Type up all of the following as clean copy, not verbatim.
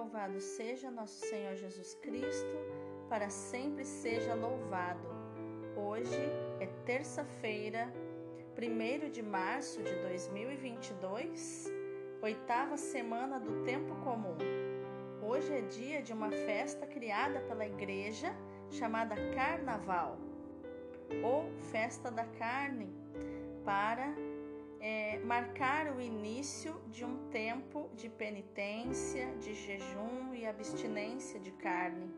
louvado seja nosso Senhor Jesus Cristo, para sempre seja louvado. Hoje é terça-feira, 1º de março de 2022, 8ª semana do Tempo Comum. Hoje é dia de uma festa criada pela igreja chamada Carnaval, ou Festa da Carne, para marcar o início de um tempo de penitência, de jejum e abstinência de carne,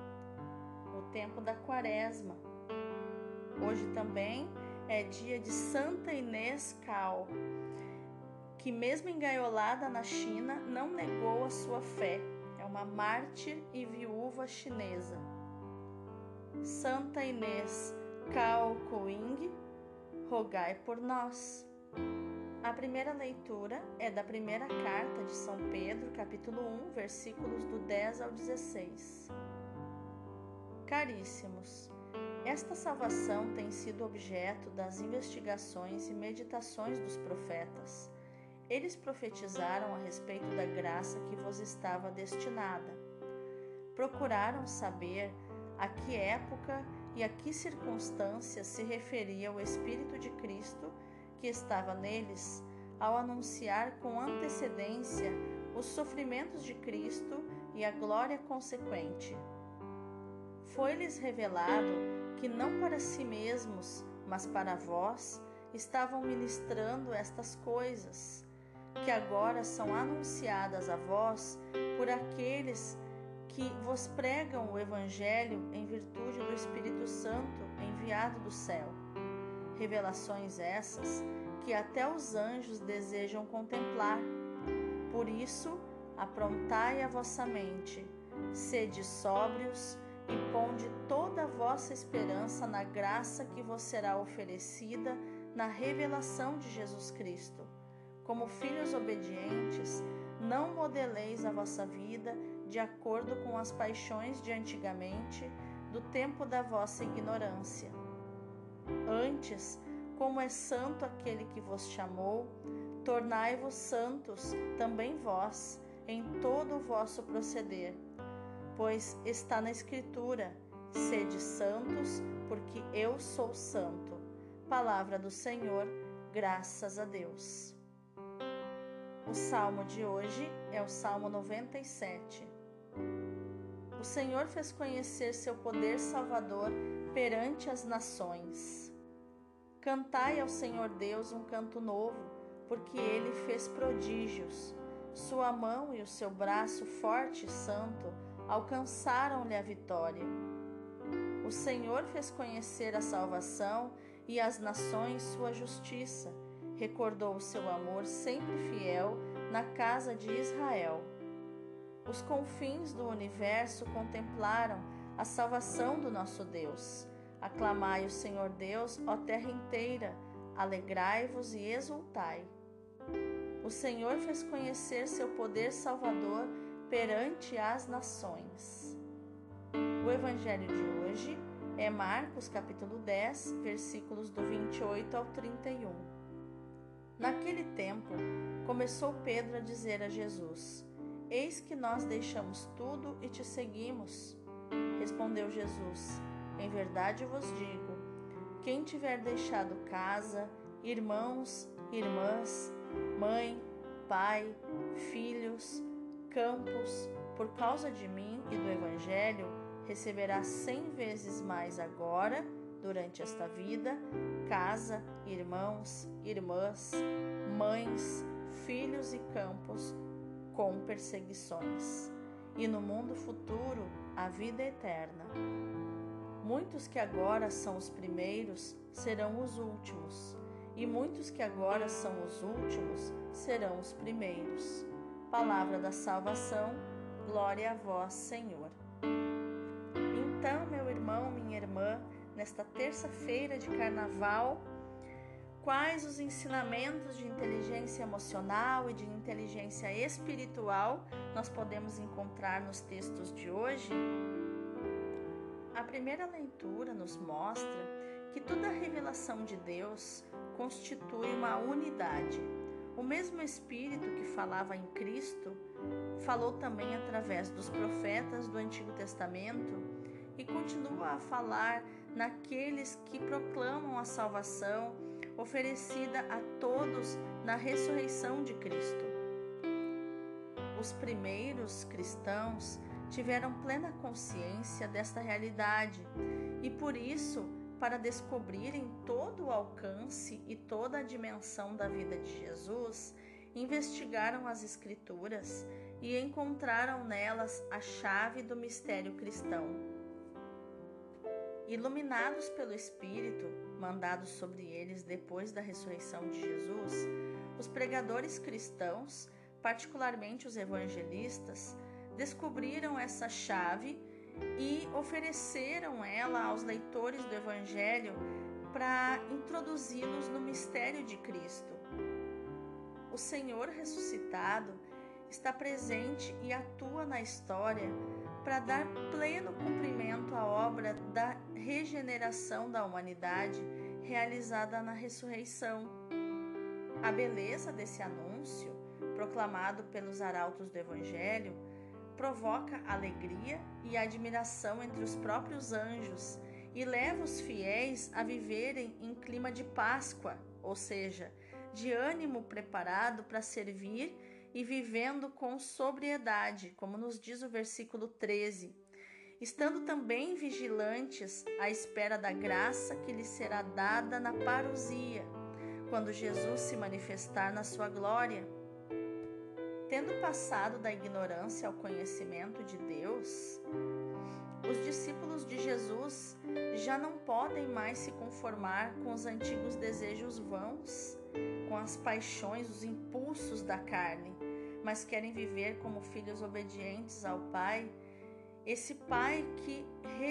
o tempo da Quaresma. Hoje também é dia de Santa Inês Cao, que mesmo engaiolada na China, não negou a sua fé. É uma mártir e viúva chinesa. Santa Inês Cao Kuing, rogai por nós. A primeira leitura é da primeira carta de São Pedro, capítulo 1, versículos do 10 ao 16. Caríssimos, esta salvação tem sido objeto das investigações e meditações dos profetas. Eles profetizaram a respeito da graça que vos estava destinada. Procuraram saber a que época e a que circunstâncias se referia o Espírito de Cristo que estava neles ao anunciar com antecedência os sofrimentos de Cristo e a glória consequente. Foi-lhes revelado que não para si mesmos, mas para vós, estavam ministrando estas coisas, que agora são anunciadas a vós por aqueles que vos pregam o Evangelho em virtude do Espírito Santo enviado do céu. Revelações essas que até os anjos desejam contemplar. Por isso, aprontai a vossa mente, sede sóbrios e ponde toda a vossa esperança na graça que vos será oferecida na revelação de Jesus Cristo. Como filhos obedientes, não modeleis a vossa vida de acordo com as paixões de antigamente, do tempo da vossa ignorância. Antes, como é santo aquele que vos chamou, tornai-vos santos também vós, em todo o vosso proceder. Pois está na Escritura, sede santos, porque eu sou santo. Palavra do Senhor, graças a Deus. O salmo de hoje é o Salmo 97. O Senhor fez conhecer seu poder salvador perante as nações. Cantai ao Senhor Deus um canto novo, porque Ele fez prodígios. Sua mão e o seu braço forte e santo alcançaram-lhe a vitória. O Senhor fez conhecer a salvação e às nações sua justiça. Recordou o seu amor sempre fiel na casa de Israel. Os confins do universo contemplaram a salvação do nosso Deus. Aclamai o Senhor Deus, ó terra inteira, alegrai-vos e exultai. O Senhor fez conhecer seu poder salvador perante as nações. O evangelho de hoje é Marcos capítulo 10, versículos do 28 ao 31. Naquele tempo, começou Pedro a dizer a Jesus: Eis que nós deixamos tudo e te seguimos. Respondeu Jesus: Em verdade vos digo, quem tiver deixado casa, irmãos, irmãs, mãe, pai, filhos, campos, por causa de mim e do Evangelho, receberá 100 vezes mais agora, durante esta vida, casa, irmãos, irmãs, mães, filhos e campos, com perseguições. E no mundo futuro, a vida eterna. Muitos que agora são os primeiros serão os últimos, e muitos que agora são os últimos serão os primeiros. Palavra da salvação, glória a vós, Senhor. Então, meu irmão, minha irmã, nesta terça-feira de carnaval, quais os ensinamentos de inteligência emocional e de inteligência espiritual nós podemos encontrar nos textos de hoje? A primeira leitura nos mostra que toda a revelação de Deus constitui uma unidade. O mesmo Espírito que falava em Cristo falou também através dos profetas do Antigo Testamento e continua a falar naqueles que proclamam a salvação oferecida a todos na ressurreição de Cristo. Os primeiros cristãos tiveram plena consciência desta realidade e, por isso, para descobrirem todo o alcance e toda a dimensão da vida de Jesus, investigaram as Escrituras e encontraram nelas a chave do mistério cristão. Iluminados pelo Espírito, mandado sobre eles depois da ressurreição de Jesus, os pregadores cristãos, particularmente os evangelistas, descobriram essa chave e ofereceram ela aos leitores do Evangelho para introduzi-los no mistério de Cristo. O Senhor ressuscitado está presente e atua na história para dar pleno cumprimento à obra da regeneração da humanidade realizada na ressurreição. A beleza desse anúncio, proclamado pelos arautos do Evangelho, provoca alegria e admiração entre os próprios anjos e leva os fiéis a viverem em clima de Páscoa, ou seja, de ânimo preparado para servir e vivendo com sobriedade, como nos diz o versículo 13, estando também vigilantes à espera da graça que lhes será dada na parousia, quando Jesus se manifestar na sua glória. Tendo passado da ignorância ao conhecimento de Deus, os discípulos de Jesus já não podem mais se conformar com os antigos desejos vãos, com as paixões, os impulsos da carne, mas querem viver como filhos obedientes ao Pai, esse Pai que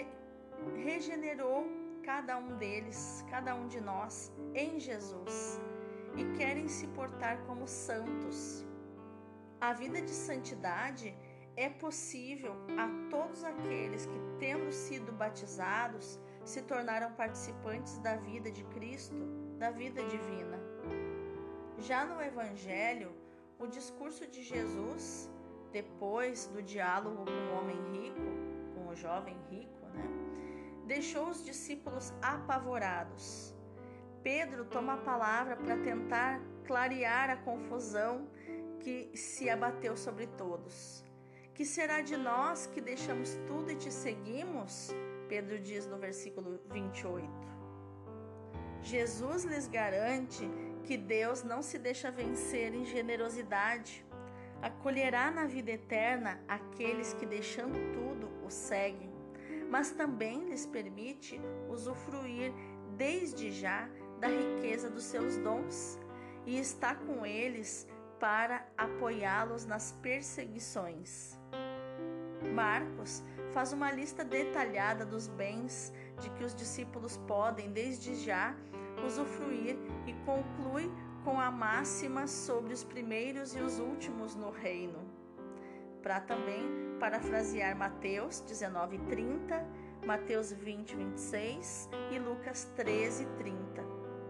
regenerou cada um deles, cada um de nós, em Jesus, e querem se portar como santos. A vida de santidade é possível a todos aqueles que, tendo sido batizados, se tornaram participantes da vida de Cristo, da vida divina. Já no Evangelho, o discurso de Jesus, depois do diálogo com o homem rico, com o jovem rico, deixou os discípulos apavorados. Pedro toma a palavra para tentar clarear a confusão que se abateu sobre todos. Que será de nós que deixamos tudo e te seguimos? Pedro diz no versículo 28. Jesus lhes garante que Deus não se deixa vencer em generosidade. Acolherá na vida eterna aqueles que, deixando tudo, o seguem, mas também lhes permite usufruir desde já da riqueza dos seus dons e está com eles para apoiá-los nas perseguições. Marcos faz uma lista detalhada dos bens de que os discípulos podem, desde já, usufruir e conclui com a máxima sobre os primeiros e os últimos no reino. Para também parafrasear Mateus 19:30, Mateus 20:26 e Lucas 13:30.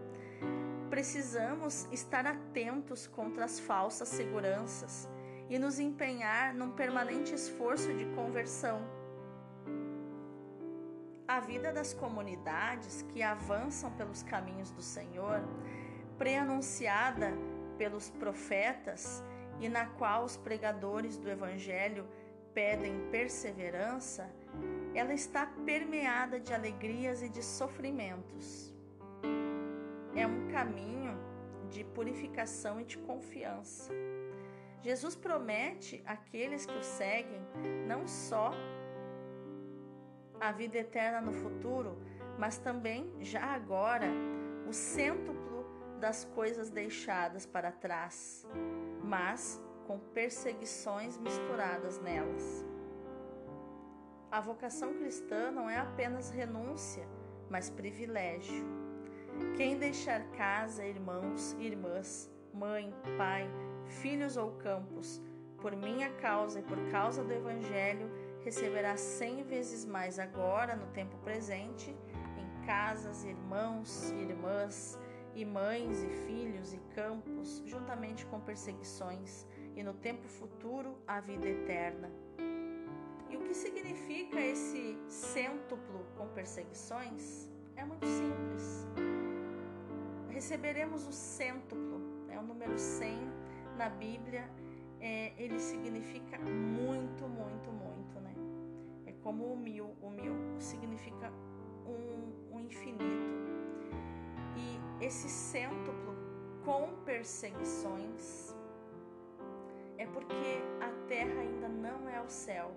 Precisamos estar atentos contra as falsas seguranças e nos empenhar num permanente esforço de conversão. A vida das comunidades que avançam pelos caminhos do Senhor, pré-anunciada pelos profetas e na qual os pregadores do Evangelho pedem perseverança, ela está permeada de alegrias e de sofrimentos. É um caminho de purificação e de confiança. Jesus promete àqueles que o seguem não só a vida eterna no futuro, mas também, já agora, o cêntuplo das coisas deixadas para trás, mas com perseguições misturadas nelas. A vocação cristã não é apenas renúncia, mas privilégio. Quem deixar casa, irmãos, irmãs, mãe, pai, filhos ou campos, por minha causa e por causa do Evangelho, receberá 100 vezes mais agora, no tempo presente, em casas, irmãos, irmãs e mães e filhos e campos, juntamente com perseguições, e no tempo futuro a vida eterna. E o que significa esse cêntuplo com perseguições? É muito simples. Receberemos o cêntuplo, o número 100 na Bíblia, ele significa muito, muito, muito, né? É como o mil significa um infinito. E esse cêntuplo com perseguições é porque a terra ainda não é o céu.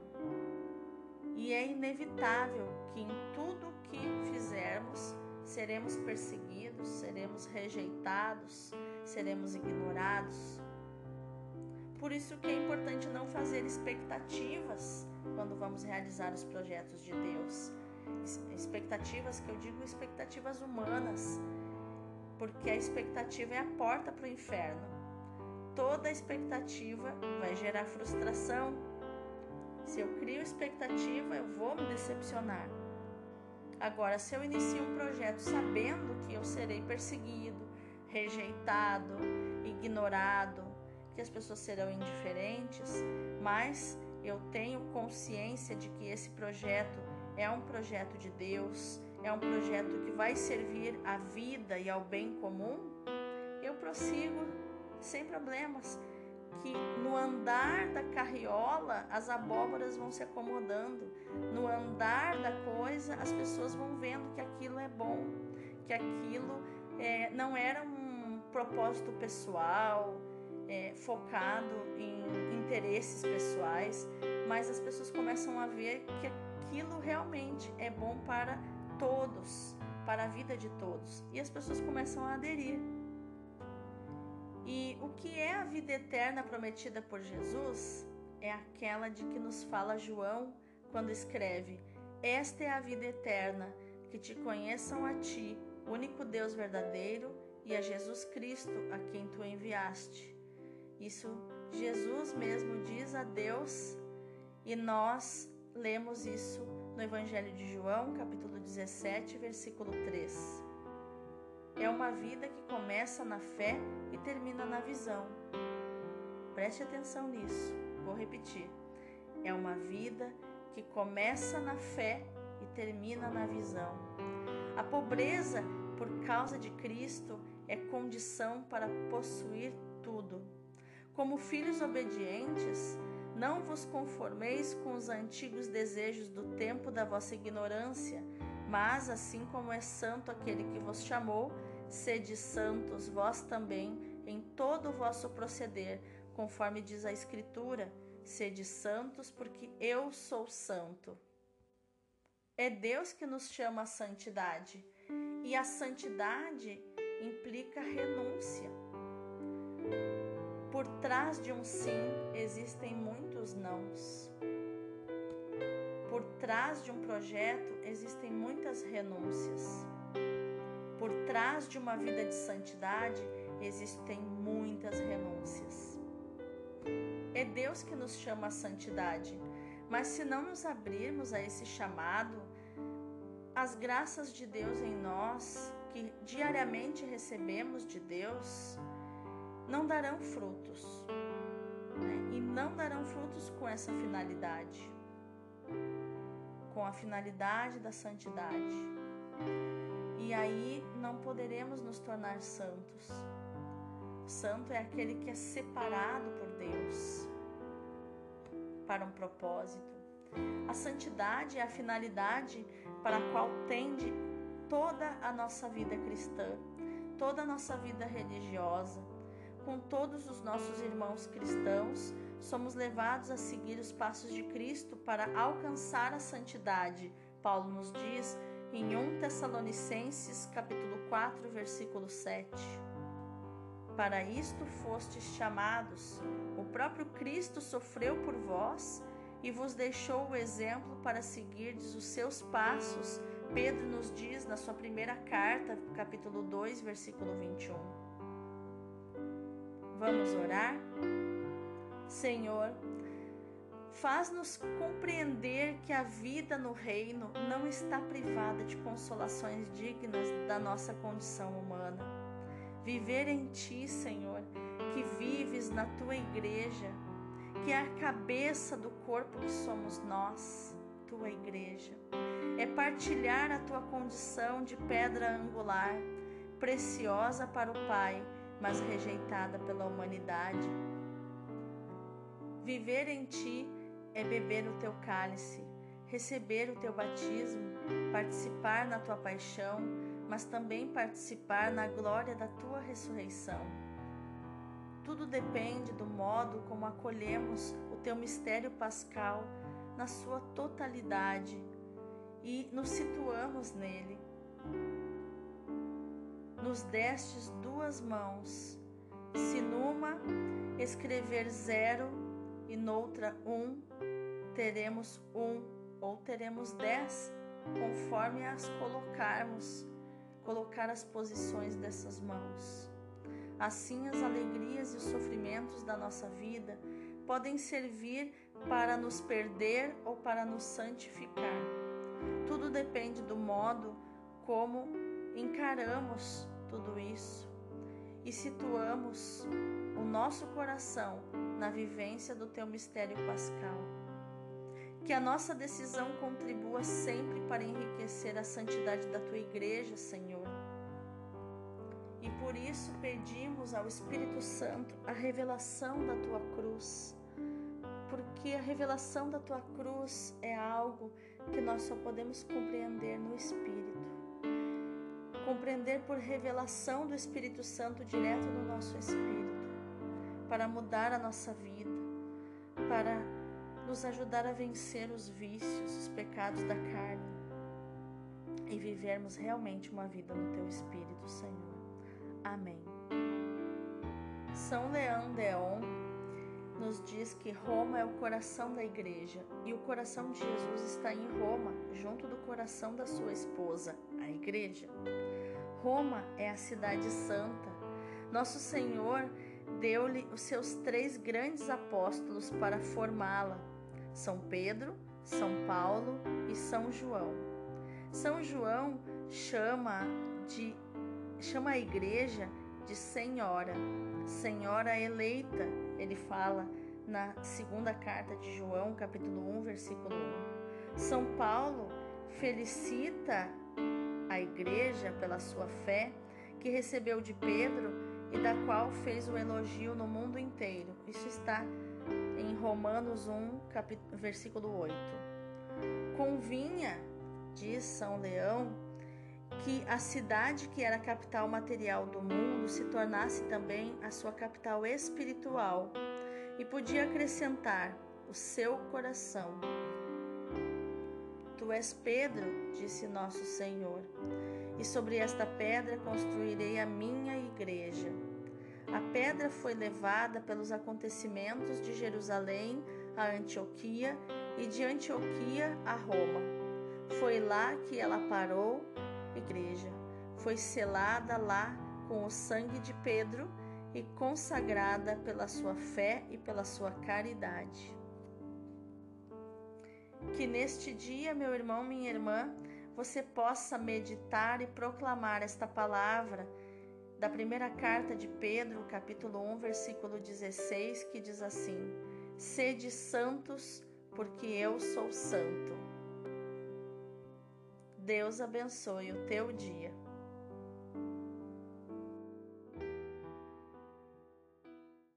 E é inevitável que em tudo que fizermos, seremos perseguidos, seremos rejeitados, seremos ignorados. Por isso que é importante não fazer expectativas quando vamos realizar os projetos de Deus. Expectativas que eu digo expectativas humanas, porque a expectativa é a porta para o inferno. Toda expectativa vai gerar frustração. Se eu crio expectativa, eu vou me decepcionar. Agora, se eu inicio um projeto sabendo que eu serei perseguido, rejeitado, ignorado, que as pessoas serão indiferentes, mas eu tenho consciência de que esse projeto é um projeto de Deus, é um projeto que vai servir à vida e ao bem comum, eu prossigo sem problemas, que no andar da carriola as abóboras vão se acomodando, no andar da coisa as pessoas vão vendo que aquilo é bom, que aquilo não era um propósito pessoal, focado em interesses pessoais, mas as pessoas começam a ver que aquilo realmente é bom para todos, para a vida de todos, e as pessoas começam a aderir. E o que é a vida eterna prometida por Jesus? É aquela de que nos fala João quando escreve: esta é a vida eterna, que te conheçam a ti, único Deus verdadeiro, e a Jesus Cristo, a quem tu enviaste. Isso Jesus mesmo diz a Deus, e nós lemos isso no Evangelho de João, capítulo 17, versículo 3. É uma vida que começa na fé e termina na visão. Preste atenção nisso, vou repetir. É uma vida que começa na fé e termina na visão. A pobreza, por causa de Cristo, é condição para possuir tudo. Como filhos obedientes, não vos conformeis com os antigos desejos do tempo da vossa ignorância, mas, assim como é santo aquele que vos chamou, sede santos vós também em todo o vosso proceder, conforme diz a Escritura: sede santos, porque eu sou santo. É Deus que nos chama à santidade, e a santidade implica renúncia. Por trás de um sim existem muitos nãos. Por trás de um projeto existem muitas renúncias. Por trás de uma vida de santidade existem muitas renúncias. É Deus que nos chama à santidade, mas se não nos abrirmos a esse chamado, as graças de Deus em nós, que diariamente recebemos de Deus, não darão frutos, né? E não darão frutos com essa finalidade, com a finalidade da santidade. E aí não poderemos nos tornar santos. O santo é aquele que é separado por Deus para um propósito. A santidade é a finalidade para a qual tende toda a nossa vida cristã, toda a nossa vida religiosa. Com todos os nossos irmãos cristãos, somos levados a seguir os passos de Cristo para alcançar a santidade. Paulo nos diz em 1 Tessalonicenses, capítulo 4, versículo 7. Para isto fostes chamados, o próprio Cristo sofreu por vós e vos deixou o exemplo para seguirdes os seus passos. Pedro nos diz na sua primeira carta, capítulo 2, versículo 21. Vamos orar? Senhor, faz-nos compreender que a vida no reino não está privada de consolações dignas da nossa condição humana. Viver em Ti, Senhor, que vives na Tua igreja, que é a cabeça do corpo que somos nós, Tua igreja. É partilhar a Tua condição de pedra angular, preciosa para o Pai, mas rejeitada pela humanidade. Viver em Ti é beber o Teu cálice, receber o Teu batismo, participar na Tua paixão, mas também participar na glória da Tua ressurreição. Tudo depende do modo como acolhemos o Teu mistério pascal na sua totalidade e nos situamos nele. Nos destes 2 mãos, se numa escrever 0 e noutra 1, teremos 1 ou teremos 10, conforme as colocar as posições dessas mãos. Assim, as alegrias e os sofrimentos da nossa vida podem servir para nos perder ou para nos santificar. Tudo depende do modo como encaramos tudo isso e situamos o nosso coração na vivência do Teu mistério pascal. Que a nossa decisão contribua sempre para enriquecer a santidade da Tua igreja, Senhor. E por isso pedimos ao Espírito Santo a revelação da Tua cruz, porque a revelação da Tua cruz é algo que nós só podemos compreender no Espírito. Compreender por revelação do Espírito Santo direto no nosso espírito, para mudar a nossa vida, para nos ajudar a vencer os vícios, os pecados da carne e vivermos realmente uma vida no Teu Espírito, Senhor. Amém. São Leão Deon nos diz que Roma é o coração da igreja e o coração de Jesus está em Roma, junto do coração da sua esposa, a igreja. Roma é a cidade santa. Nosso Senhor deu-lhe os seus 3 grandes apóstolos para formá-la: São Pedro, São Paulo e São João. São João chama a igreja de Senhora, Senhora eleita. Ele fala na 2ª carta de João, capítulo 1, versículo 1. São Paulo felicita a igreja pela sua fé, que recebeu de Pedro e da qual fez o elogio no mundo inteiro. Isso está em Romanos 1, versículo 8. Convinha, diz São Leão, que a cidade que era a capital material do mundo se tornasse também a sua capital espiritual e podia acrescentar o seu coração. Tu és Pedro, disse nosso Senhor, e sobre esta pedra construirei a minha igreja. A pedra foi levada pelos acontecimentos de Jerusalém a Antioquia e de Antioquia a Roma. Foi lá que ela parou, igreja. Foi selada lá com o sangue de Pedro e consagrada pela sua fé e pela sua caridade. Que neste dia, meu irmão, minha irmã, você possa meditar e proclamar esta palavra da 1ª carta de Pedro, capítulo 1, versículo 16, que diz assim: Sede santos, porque eu sou santo. Deus abençoe o teu dia.